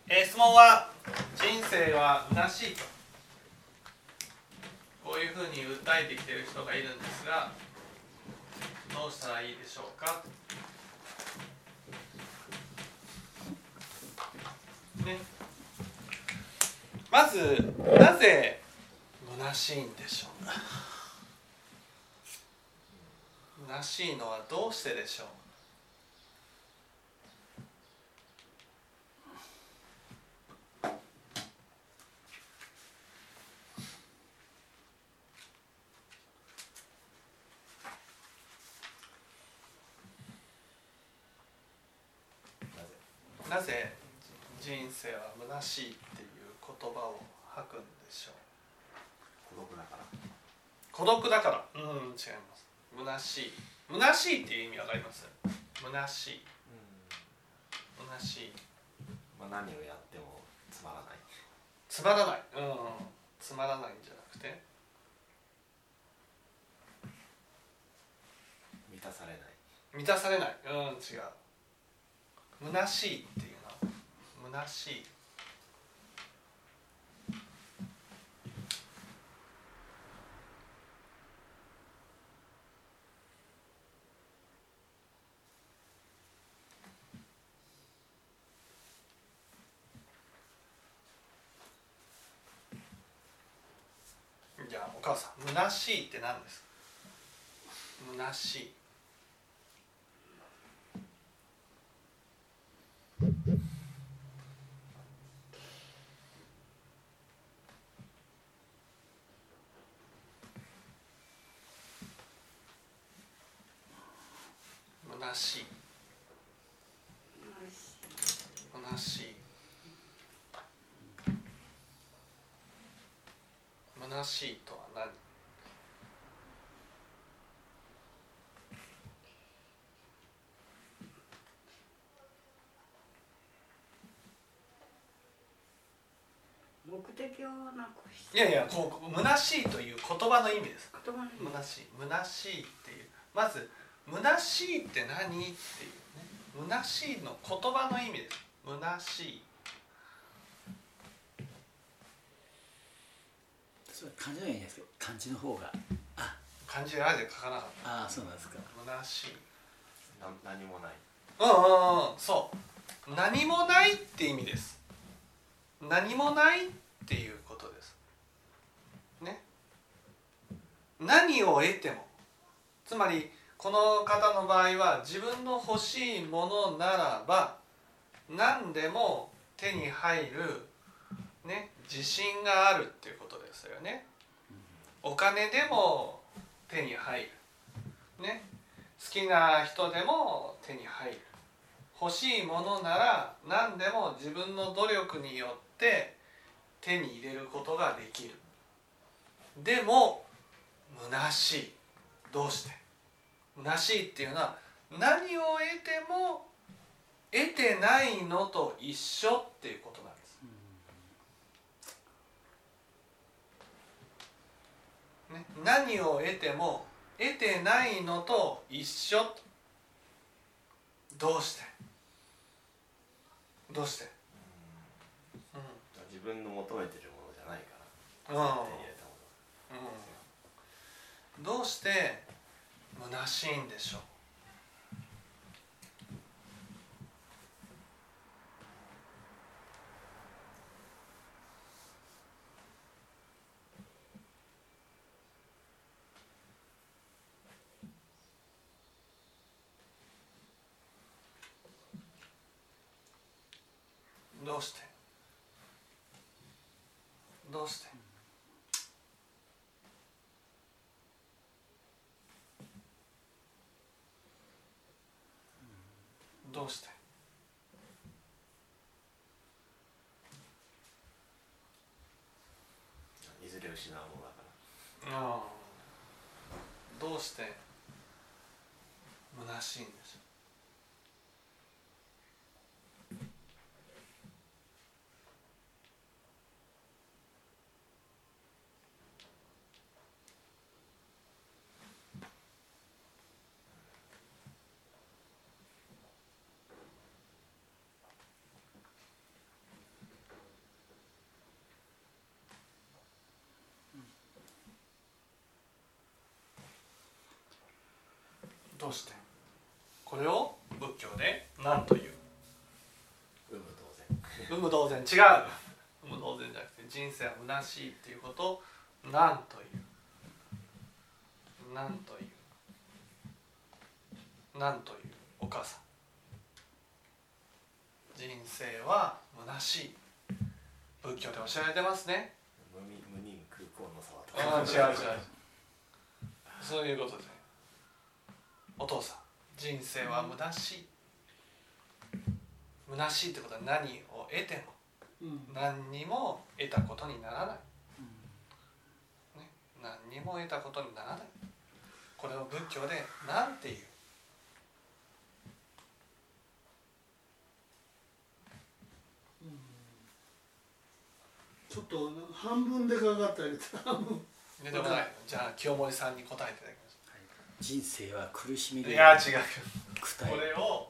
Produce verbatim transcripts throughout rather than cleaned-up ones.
えー、質問は人生は虚しいとこういうふうに訴えてきている人がいるんですが、どうしたらいいでしょうか。ね、まずなぜ虚しいんでしょう。虚しいのはどうしてでしょう。なぜ人生は虚しいっていう言葉を吐くんでしょう。 孤独だから。 孤独だから。うん、違います。虚しい。虚しいっていう意味わかります？虚しい。うん、虚しい。 まあ、何をやってもつまらない。 つまらない。うん、つまらないんじゃなくて。 満たされない。 満たされない。うん、違う。虚しいっていうのは虚しい。じゃあお母さん、虚しいって何ですか。虚しい。虚しい。虚しい。虚しいとは何？ 目的をなくして。 いやいや、こう虚しいという言葉の意味です。 言葉の意味。 虚しい、虚しいっていう、まず虚しいって何っていうね、虚しいの言葉の意味です。虚しい。 それ漢字の意味ですけど、漢字の方があ漢字であえて書かなかった。 ああ、そうなんですか。 虚しい。 な何もない。 うんうんうん、そう。何もないって意味です。何もないっていうことです。ね。何を得ても、つまりこの方の場合は自分の欲しいものならば何でも手に入る、ね、自信があるっていうことですよね。お金でも手に入る、ね、好きな人でも手に入る。欲しいものなら何でも自分の努力によって手に入れることができる。でも虚しい。どうして？虚しいっていうのは何を得ても得てないのと一緒っていうことなんです、ね、何を得ても得てないのと一緒。どうして？どうして？うん、 自分の求めてるものじゃないから、 うん、 手に入れたもの、 うん、どうして虚しいんでしょう。どうして？どうして？どうして？ いずれ失うものだから。 ああ、どうして虚しいんでしょう。 として、これを仏教で何という？ 有無同然。 有無同然、違う。有無同然じゃなくて、人生は虚しいっていうことを何という？何という？何という？お母さん。人生は虚しい。仏教で教えられてますね。 無味無人空港の沢とああ、違う違う。そういうことで、お父さん、人生は虚しい。虚しいってことは何を得ても、うん、何にも得たことにならない、ね、何にも得たことにならない。これを仏教で何て言う？ ちょっと半分でかかったり半分でもない。じゃあ清盛さんに答えていただきます。 はい、人生は苦しみで、 いや違う。これを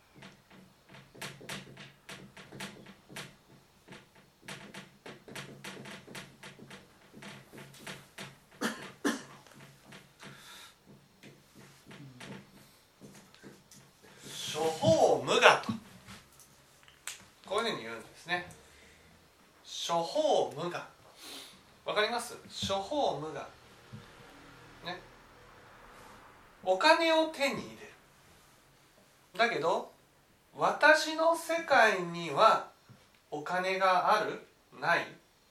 諸法無我と、こういうふうに言うんですね。諸法無我、わかります？諸法無我ね。お金を手に入れる。だけど私の世界にはお金がある？ない？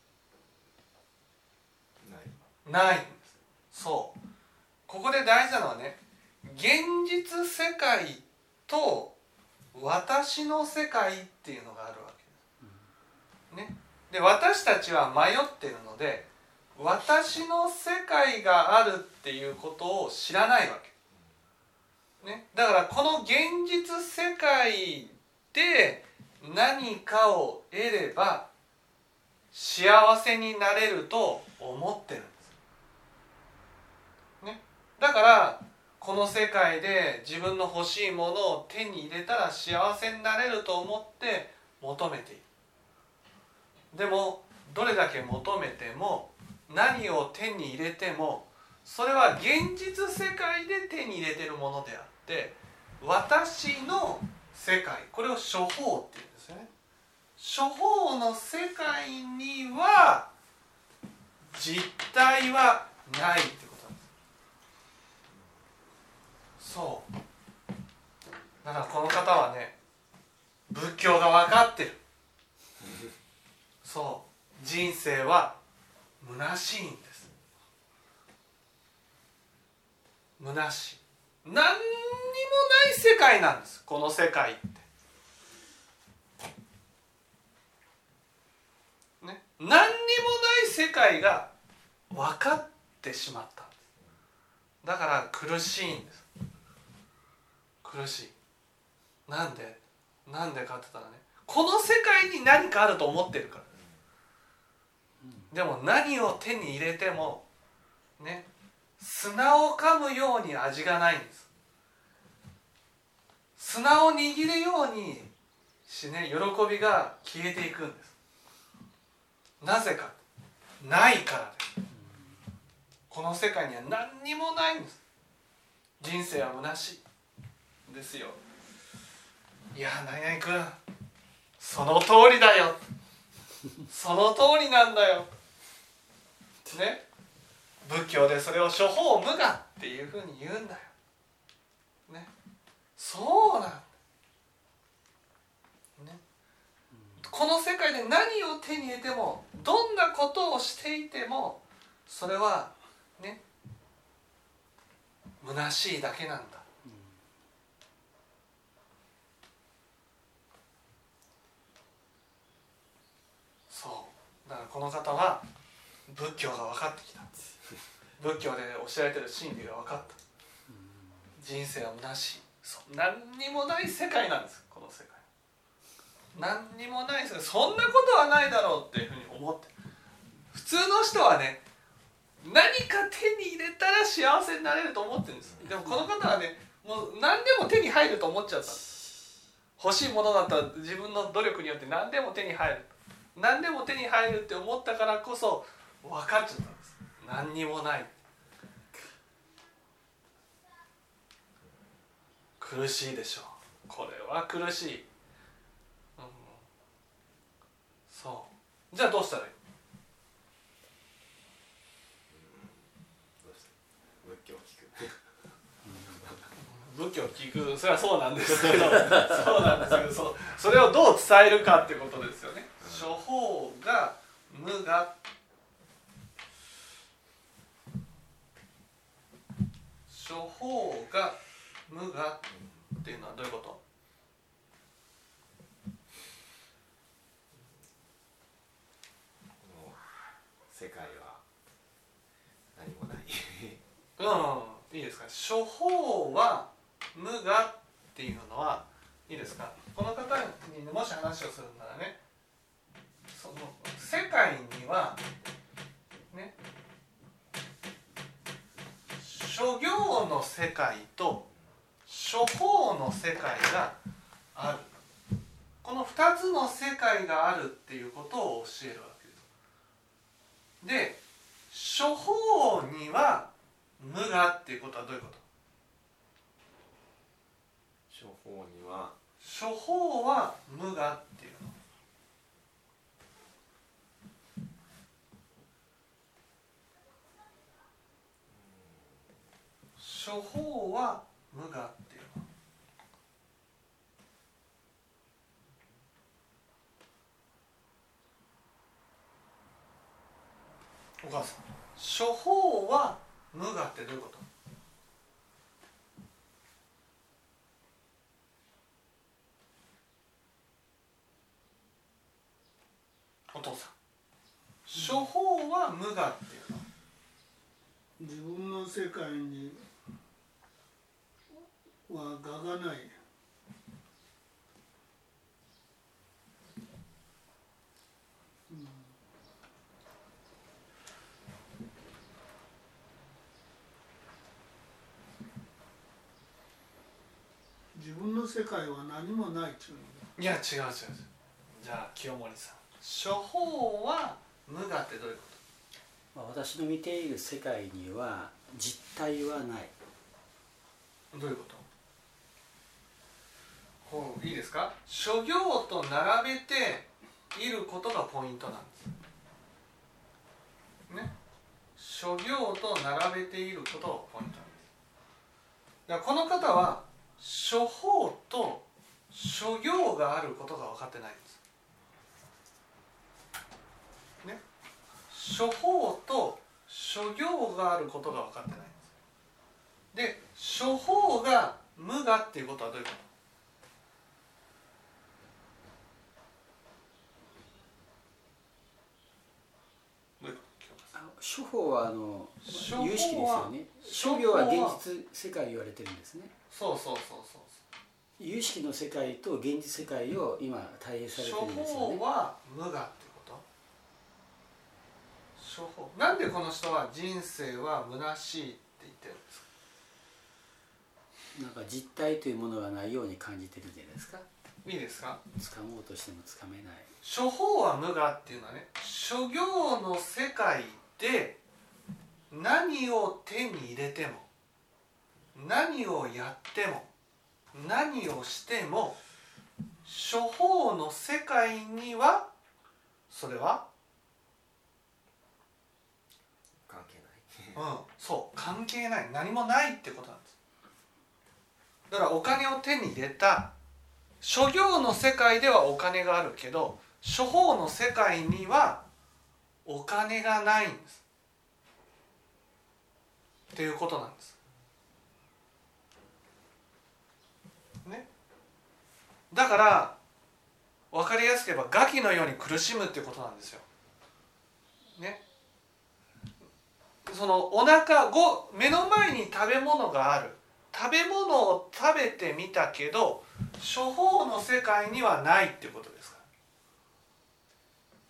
ない。ないんです。そう。ここで大事なのはね、現実世界と私の世界っていうのがあるわけです。ね。で、私たちは迷っているので、私の世界があるっていうことを知らないわけ。ね。だからこの現実世界で何かを得れば幸せになれると思ってるんです。ね。だからこの世界で自分の欲しいものを手に入れたら幸せになれると思って求めている。でもどれだけ求めても何を手に入れてもそれは現実世界で手に入れているものであって、私の世界、これを諸法っていうんですよね。諸法の世界には実体はないってことなんです。そうだからこの方はね、仏教が分かってる。そう、人生は虚しいんです。虚しい。何にもない世界なんです、この世界って。ね、何にもない世界が分かってしまったんです。だから苦しいんです。苦しい。なんで？なんでかって言ったらね、この世界に何かあると思ってるから。でも何を手に入れてもね、砂を噛むように味がないんです。砂を握るようにしね、喜びが消えていくんです。なぜか、ないからです。この世界には何にもないんです。人生は虚しいですよ。いや、何々君、その通りだよ。その通りなんだよ。ね、仏教でそれを諸法無我っていうふうに言うんだよ。ね、そうなんだ。ね、この世界で何を手に入れても、どんなことをしていても、それはね、虚しいだけなんだ。そうだからこの方は仏教が分かってきたんです。仏教で教えられてる真理が分かった。人生は虚しい。そう何にもない世界なんです。この世界何にもない世界。そんなことはないだろうっていうふうに思って、普通の人はね、何か手に入れたら幸せになれると思ってるんです。でもこの方はね、もう何でも手に入ると思っちゃった。欲しいものだったら自分の努力によって何でも手に入る、何でも手に入るって思ったからこそ分かっちゃったんです。何にもない。 苦しいでしょう。これは苦しい、うん、そうじゃあどうしたらいい？ 仏教を聞く仏教を聞く、それはそうなんですけどそうなんですけど、そそれをどう伝えるかっていうことですよね。処方が無我、処方が無我っていうのはどういうこと？ 世界は何もないうん、いいですか。処方は無我っていうのはいいですか。この方にもし話をするならね、その世界にはね、諸行の世界と処方の世界がある。このふたつの世界があるっていうことを教えるわけです。で、処方には無我っていうことはどういうこと？ 処方には処方は無我っていうの。処方は無我っていうの。お母さん、処方は無我ってどういうこと？お父さん、処方は無我っていうの。 自分の世界には我がない。うん自分の世界は何もないっていうの。 いや違う違う違う。じゃあ清盛さん、処方は無我ってどういうこまあ私の見ている世界には実体はない。 と？どういうこと？こういいですか。諸行と並べていることがポイントなんですね。諸行と並べていることがポイントなんです。だからこの方は処方と諸行があることが分かってないんですね。処方と諸行があることが分かってないんです。で、処方が無我っていうことはどういうこと？ 処方はあの処方は有識ですよね。 処方諸行は現実世界言われてるんですね。 そうそうそうそう有識の世界と現実世界を今対比されて処るんですよね。 方は無我ってこと？処方、なんでこの人は人生は虚しいって言ってるんですか？ なんか実体というものがないように感じてるじゃないですか。 いいですか。 掴もうとしても掴めない。 処方は無我っていうのはね、諸行の世界で何を手に入れても何をやっても何をしても処方の世界にはそれは関係ないうん、そう関係ない、何もないってことなんです。だからお金を手に入れた諸行の世界ではお金があるけど処方の世界にはお金がないんですっていうことなんですね。だから分かりやすく言えば餓鬼のように苦しむっていうことなんですよね。そのお腹ご目の前に食べ物がある、食べ物を食べてみたけど処方の世界にはないってことですから。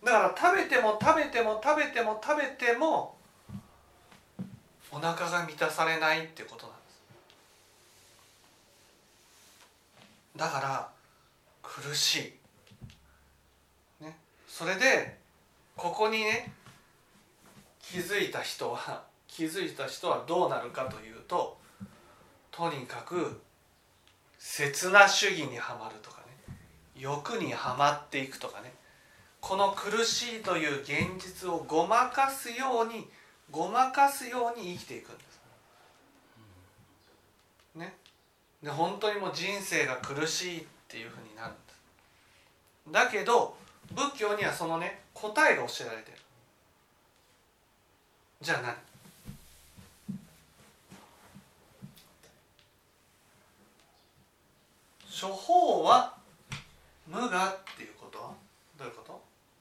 だから食べても食べても食べても食べてもお腹が満たされないってことなんです。だから苦しい、ね、それでここにね気づいた人は気づいた人はどうなるかというと、とにかく刹那主義にはまるとかね、欲にはまっていくとかね、この苦しいという現実をごまかすようにごまかすように生きていくんですね。で本当にもう人生が苦しいっていうふうになるんです。だけど仏教にはそのね答えが教えられている。じゃあ何？諸法は無我っていうことはどういうこと？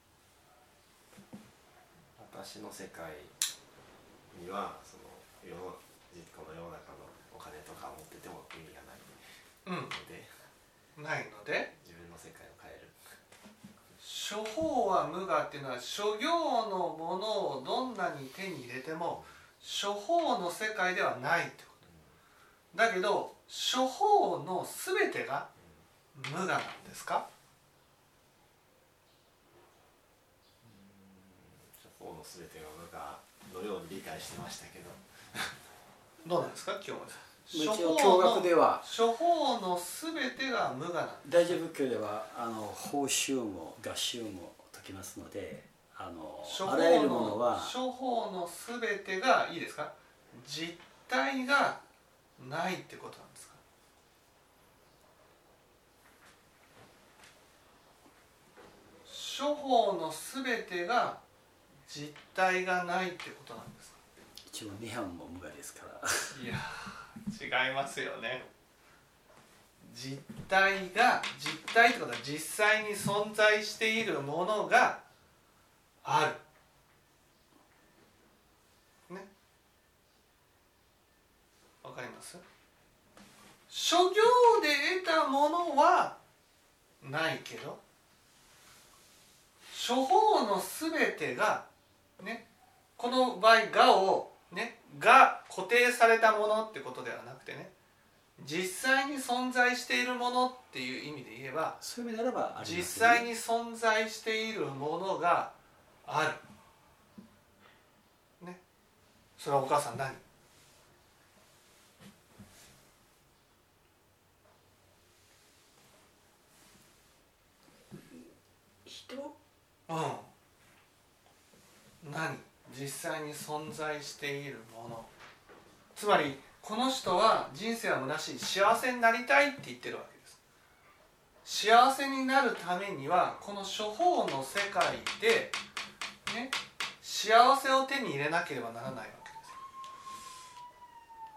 私の世界にはその世のこの世の中のお金とか持ってても意味がないので、 うん、ないので自分の世界を変える。 諸法は無我っていうのは諸行のものをどんなに手に入れても諸法の世界ではないってこと。だけど諸法の全てが無我なんですか？ 諸法の全てが無我のように理解してましたけどどうなんですか今日は。 一応教学では諸法の全てが無我なんです。 大乗仏教ではあの法宗も合宗も説きますので、あのあらゆるものは諸法の全てがいいですか、実体がないってことなんですか？諸法の全てが実体がないってことなんですか？ 一応涅槃も無我ですから。 いや違いますよね。実体が実体ってことは実際に存在しているものがあるね。わかります？諸行で得たものはないけど諸法のすべてがね、この場合我をね、が固定されたものってことではなくてね、実際に存在しているものっていう意味で言えば、 そういう意味ならばありますね。 実際に存在しているものがあるね。それはお母さん何？ 人？ うん何？実際に存在しているもの。つまりこの人は人生は虚しい、幸せになりたいって言ってるわけです。幸せになるためにはこの諸法の世界で、ね、幸せを手に入れなければならないわけです、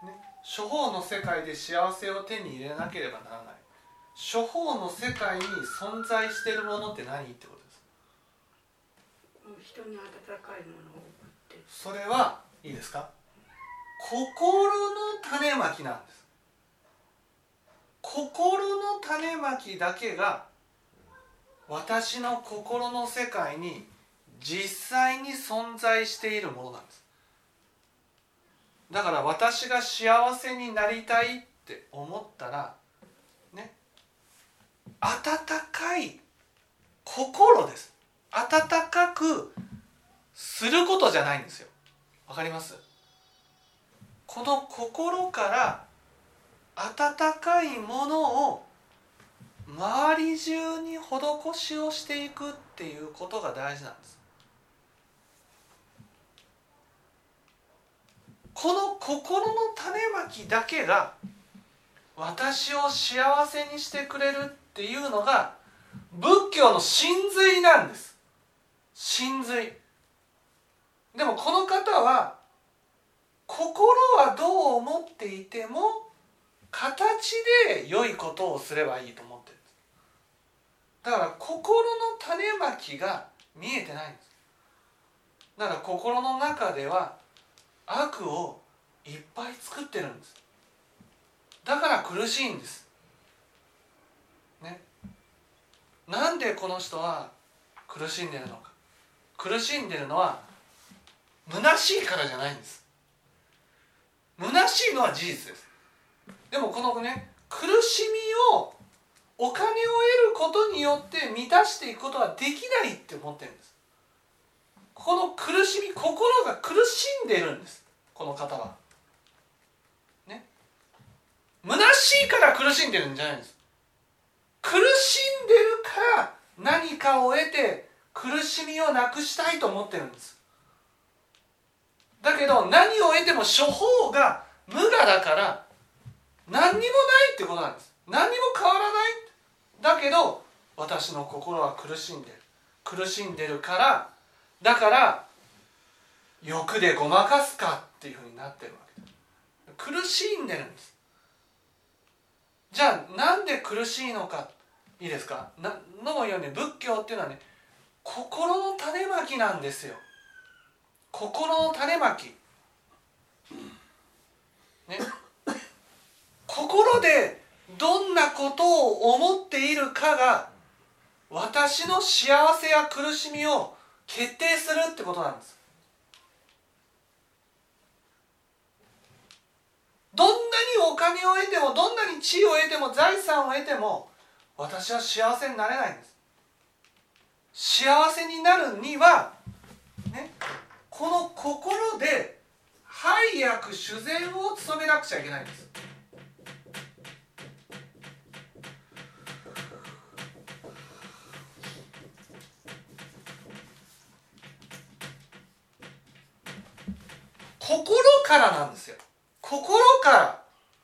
ね、諸法の世界で幸せを手に入れなければならない。諸法の世界に存在しているものって何ってことです。 人に温かいものを送って、 それはいいですか、心の種まきなんです。心の種まきだけが私の心の世界に実際に存在しているものなんです。だから私が幸せになりたいって思ったらね、温かい心です。温かくすることじゃないんですよ。わかります？この心から温かいものを周り中に施しをしていくっていうことが大事なんです。この心の種まきだけが私を幸せにしてくれるっていうのが仏教の真髄なんです。真髄。でもこの方は心はどう思っていても形で良いことをすればいいと思ってるんです。だから心の種まきが見えてないんです。だから心の中では悪をいっぱい作ってるんです。だから苦しいんです、ね、なんでこの人は苦しんでるのか。苦しんでるのは虚しいからじゃないんです。虚しいのは事実です。でもこのね、苦しみをお金を得ることによって満たしていくことはできないって思ってるんです。この苦しみ、心が苦しんでいるんです、この方はね。 虚しいから苦しんでるんじゃないんです。苦しんでるから何かを得て苦しみをなくしたいと思ってるんです。だけど何を得ても処方が無我だから何にもないってことなんです。何にも変わらない。だけど私の心は苦しんでる。苦しんでるからだから欲でごまかすかっていうふうになってるわけです。苦しんでるんです。じゃあなんで苦しいのか、いいですか。なのも言うように仏教っていうのはね、心の種まきなんですよ。心の種まき、ね、心でどんなことを思っているかが私の幸せや苦しみを決定するってことなんです。どんなにお金を得てもどんなに地位を得ても財産を得ても私は幸せになれないんです。幸せになるには、ね、この心で配役修善を努めなくちゃいけないんです。心からなんですよ。心から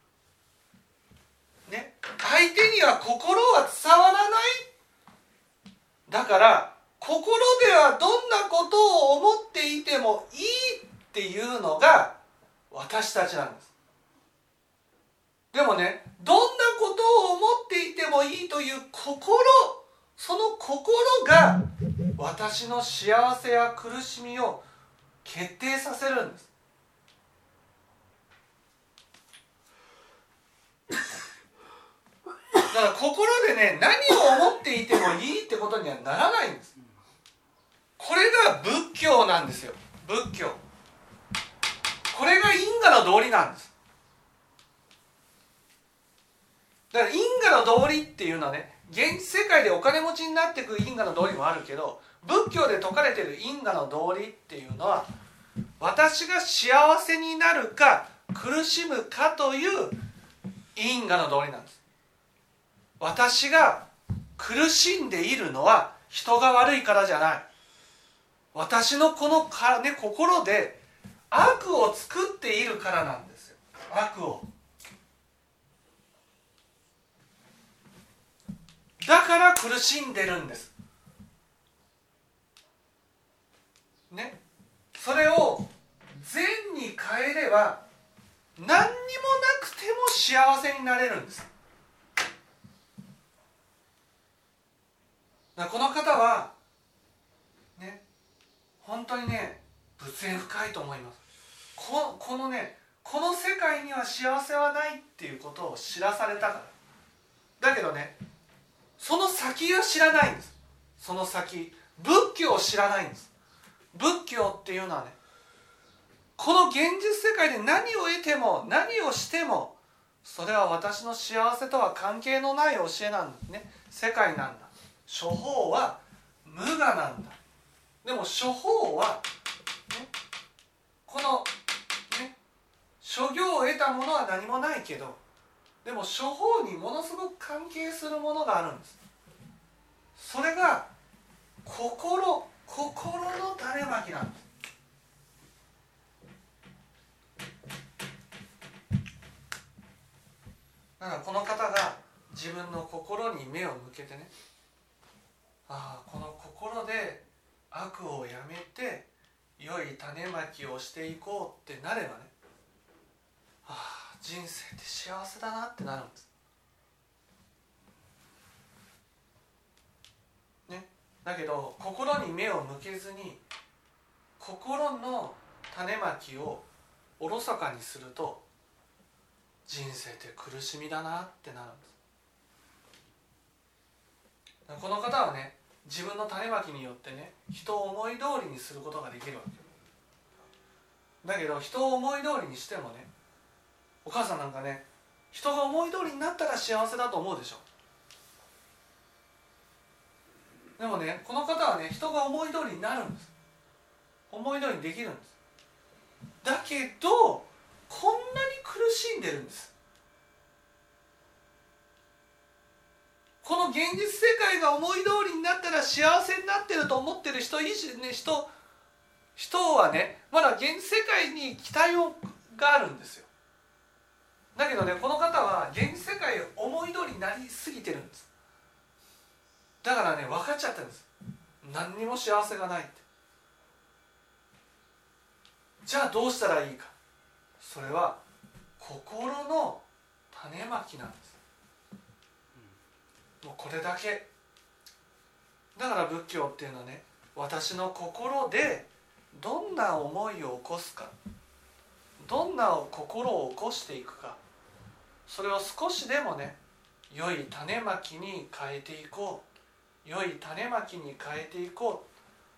ね、相手には心は伝わらない。だから心ではどんなことを思っていてもいいっていうのが私たちなんです。でもね、どんなことを思っていてもいいという心、その心が私の幸せや苦しみを決定させるんです。だから心でね、何を思っていてもいいってことにはならないんです。これが仏教なんですよ。仏教、これが因果の道理なんです。だから因果の道理っていうのはね、現実世界でお金持ちになっていく因果の道理もあるけど、仏教で説かれている因果の道理っていうのは、私が幸せになるか苦しむかという因果の道理なんです。私が苦しんでいるのは人が悪いからじゃない。私のこのか、ね、心で悪を作っているからなんですよ。悪を。だから苦しんでるんです。ね。それを善に変えれば何にもなくても幸せになれるんです。だからこの方はね、本当にね、仏縁深いと思います。こ, このねこの世界には幸せはないっていうことを知らされたから。だけどね、その先は知らないんです。その先、仏教を知らないんです。仏教っていうのはね、この現実世界で何を得ても何をしてもそれは私の幸せとは関係のない教えなんですね。世界なんだ。処方は無我なんだ。でも処方は、ね、この、ね、諸行を得たものは何もないけど、でも処方にものすごく関係するものがあるんです。それが心、心の種まきなんです。だからこの方が自分の心に目を向けてね、ああ、この心で悪をやめて良い種まきをしていこうってなればね、ああ、人生って幸せだなってなるんです。ね、だけど心に目を向けずに心の種まきをおろそかにすると人生って苦しみだなってなるんです。この方はね、自分の種まきによってね、人を思い通りにすることができるわけだけど、人を思い通りにしてもね、お母さんなんかね、人が思い通りになったら幸せだと思うでしょ。でもね、この方はね、人が思い通りになるんです。思い通りにできるんです。だけどこんなに苦しんでるんです。 この現実世界が思い通りになったら幸せになってると思ってる人以上ね人人はねまだ現実世界に期待をがあるんですよ。だけどねこの方は現実世界を思い通りになりすぎてるんです。だからね分かっちゃったんです。何にも幸せがないって。じゃあどうしたらいいか。それは心の種まきなんです。もうこれだけ。だから仏教っていうのはね私の心でどんな思いを起こすか、どんな心を起こしていくか、それを少しでもね良い種まきに変えていこう、良い種まきに変えていこ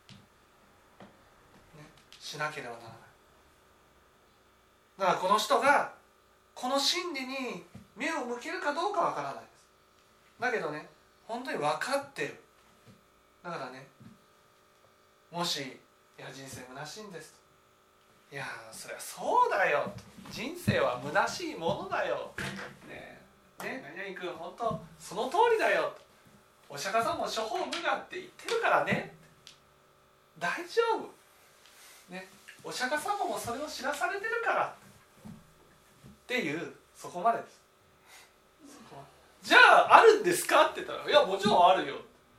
う、ね、しなければならない。だからこの人がこの真理に目を向けるかどうかわからないです。だけどね本当に分かってる。だからねもしいや人生虚しいんですと、いやそりゃそうだよと、人生は虚しいものだよねえねえ何々君本当その通りだよと、お釈迦さんも諸法無我って言ってるからね大丈夫ね、お釈迦様もそれを知らされてるからっていう、そこまでです。そこまで。じゃああるんですかって言ったらいやもちろんあるよ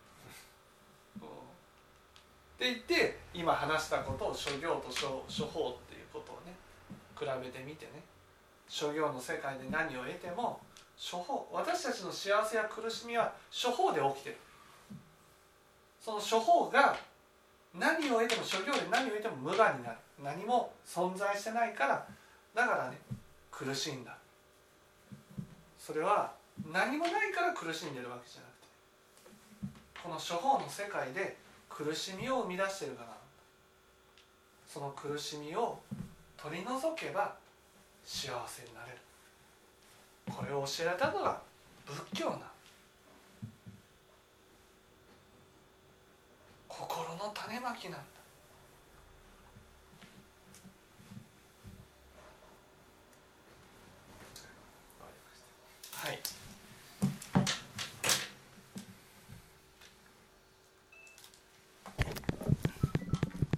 って言って今話したことを諸行と 諸, 諸法っていうことをね比べてみてね、諸行の世界で何を得ても諸法、私たちの幸せや苦しみは諸法で起きてる。その諸法が何を得ても、諸行で何を得ても無我になる、何も存在してないから、だからね苦しいんだ。それは何もないから苦しんでるわけじゃなくて、この諸法の世界で苦しみを生み出しているから、その苦しみを取り除けば幸せになれる。これを教えられたのが仏教なの。心の種まきなんだ。